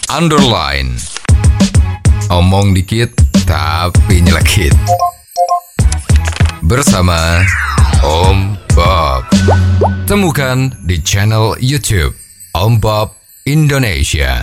underline. Omong dikit tapi nyelekit. Bersama Om Bob. Temukan di channel YouTube Om Bob Indonesia.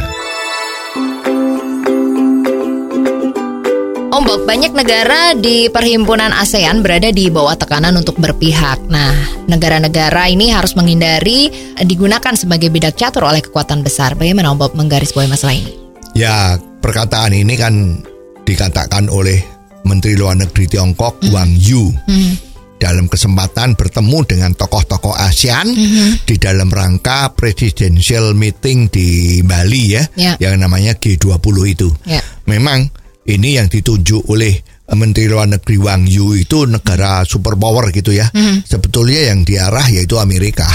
Om Bob, banyak negara di perhimpunan ASEAN berada di bawah tekanan untuk berpihak. Nah, negara-negara ini harus menghindari digunakan sebagai bidak catur oleh kekuatan besar. Bagaimana Om Bob menggarisbawahi masalah ini? Ya, perkataan ini kan dikatakan oleh Menteri Luar Negeri Tiongkok Wang Yi dalam kesempatan bertemu dengan tokoh-tokoh ASEAN di dalam rangka presidential meeting di Bali yang namanya G20 itu. Memang ini yang ditunjuk oleh Menteri Luar Negeri Wang Yi itu negara superpower gitu ya. Sebetulnya yang diarah yaitu Amerika.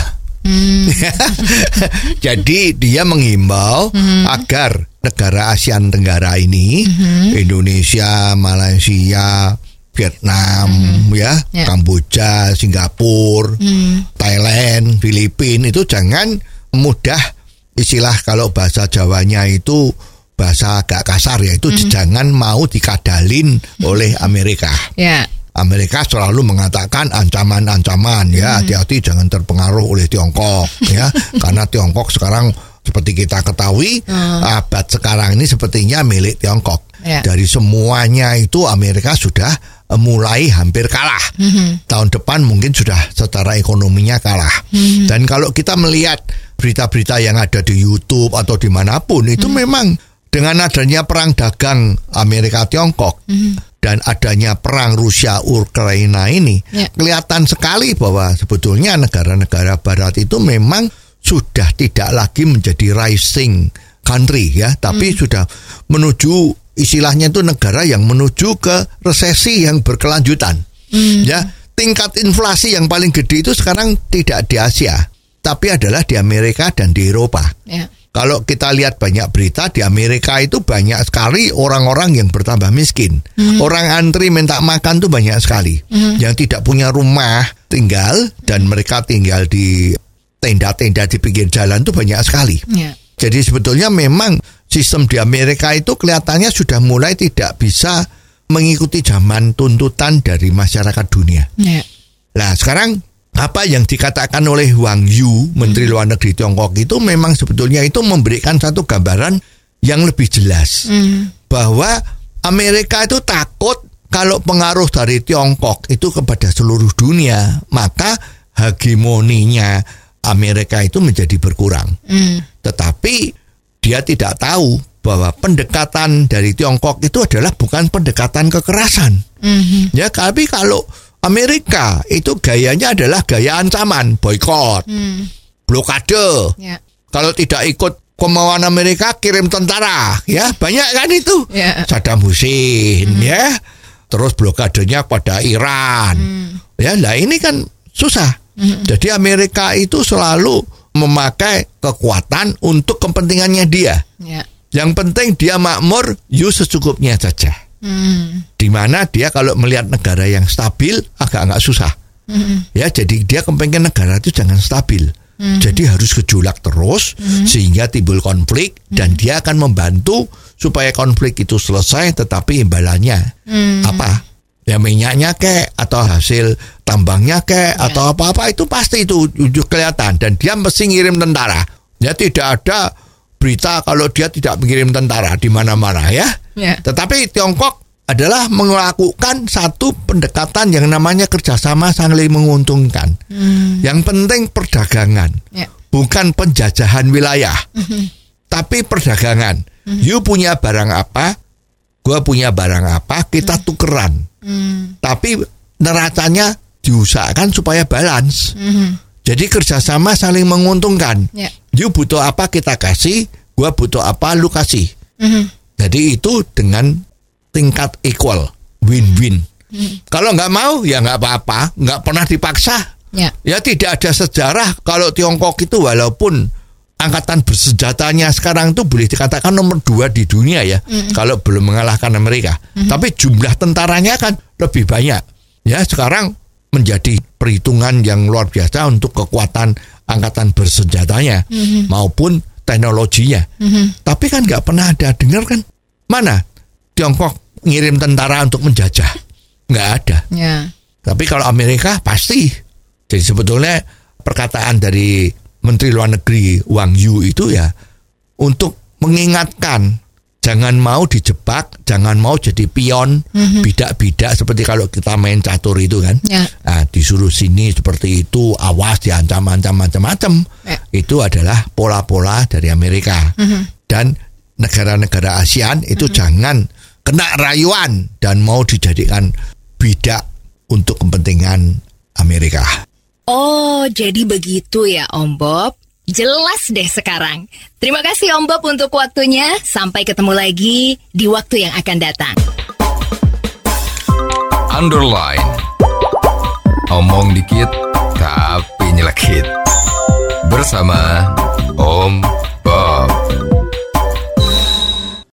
Jadi dia menghimbau agar negara ASEAN Tenggara ini, Indonesia, Malaysia, Vietnam, Kamboja, Singapura, Thailand, Filipina itu jangan mudah, istilah kalau bahasa Jawanya itu bahasa agak kasar ya, itu jangan mau dikadalin oleh Amerika. Amerika selalu mengatakan ancaman-ancaman hati-hati jangan terpengaruh oleh Tiongkok karena Tiongkok sekarang seperti kita ketahui abad sekarang ini sepertinya milik Tiongkok. Dari semuanya itu Amerika sudah mulai hampir kalah. Tahun depan mungkin sudah secara ekonominya kalah. Dan kalau kita melihat berita-berita yang ada di YouTube atau dimanapun itu memang dengan adanya perang dagang Amerika-Tiongkok dan adanya perang Rusia-Ukraina ini, kelihatan sekali bahwa sebetulnya negara-negara Barat itu memang sudah tidak lagi menjadi rising country tapi sudah menuju, istilahnya itu negara yang menuju ke resesi yang berkelanjutan. Tingkat inflasi yang paling gede itu sekarang tidak di Asia, tapi adalah di Amerika dan di Eropa. Kalau kita lihat banyak berita di Amerika itu banyak sekali orang-orang yang bertambah miskin. Orang antri minta makan tuh banyak sekali. Yang tidak punya rumah tinggal dan mereka tinggal di tenda-tenda di pinggir jalan tuh banyak sekali. Jadi sebetulnya memang sistem di Amerika itu kelihatannya sudah mulai tidak bisa mengikuti zaman tuntutan dari masyarakat dunia. Nah sekarang apa yang dikatakan oleh Wang Yi, Menteri Luar Negeri Tiongkok itu memang sebetulnya itu memberikan satu gambaran yang lebih jelas bahwa Amerika itu takut kalau pengaruh dari Tiongkok itu kepada seluruh dunia, maka hegemoninya Amerika itu menjadi berkurang. Tetapi dia tidak tahu bahwa pendekatan dari Tiongkok itu adalah bukan pendekatan kekerasan. Tapi kalau Amerika itu gayanya adalah gaya ancaman, boykot, blokade. Kalau tidak ikut kemauan Amerika, kirim tentara, banyak kan itu. Saddam Hussein, terus blokadenya pada Iran. Lah ini kan susah. Jadi Amerika itu selalu memakai kekuatan untuk kepentingannya dia. Yang penting dia makmur, secukupnya saja. Di mana dia kalau melihat negara yang stabil agak susah. Jadi dia kepengen negara itu jangan stabil. Jadi harus gejolak terus sehingga timbul konflik dan dia akan membantu supaya konflik itu selesai, tetapi imbalannya apa? Ya minyaknya atau hasil tambangnya atau apa-apa itu pasti itu kelihatan dan dia mesti ngirim tentara. Ya tidak ada berita kalau dia tidak mengirim tentara di mana-mana Tetapi Tiongkok adalah melakukan satu pendekatan yang namanya kerjasama saling menguntungkan. Yang penting perdagangan, bukan penjajahan wilayah, tapi perdagangan. You punya barang apa, gua punya barang apa, kita tukeran. Tapi neracanya diusahakan supaya balance. Jadi kerjasama saling menguntungkan. You butuh apa kita kasih, gua butuh apa lu kasih. Jadi itu dengan tingkat equal, win-win. Kalau nggak mau ya nggak apa-apa, nggak pernah dipaksa. Ya tidak ada sejarah kalau Tiongkok itu walaupun angkatan bersenjatanya sekarang itu boleh dikatakan nomor 2 di dunia kalau belum mengalahkan Amerika. Tapi jumlah tentaranya kan lebih banyak. Sekarang menjadi perhitungan yang luar biasa untuk kekuatan angkatan bersenjatanya maupun teknologinya. Tapi kan nggak pernah ada dengar kan, mana Tiongkok ngirim tentara untuk menjajah, nggak ada. Tapi kalau Amerika pasti. Jadi sebetulnya perkataan dari Menteri Luar Negeri Wang Yi itu ya untuk mengingatkan jangan mau dijebak, jangan mau jadi pion, bidak-bidak seperti kalau kita main catur itu kan. Nah, disuruh sini seperti itu, awas diancam-ancam macam-macam. Itu adalah pola-pola dari Amerika. Dan negara-negara ASEAN itu jangan kena rayuan dan mau dijadikan bidak untuk kepentingan Amerika. Oh, jadi begitu ya Om Bob. Jelas deh sekarang. Terima kasih Om Bob untuk waktunya. Sampai ketemu lagi di waktu yang akan datang. Underline. Omong dikit tapi nyelekit. Bersama Om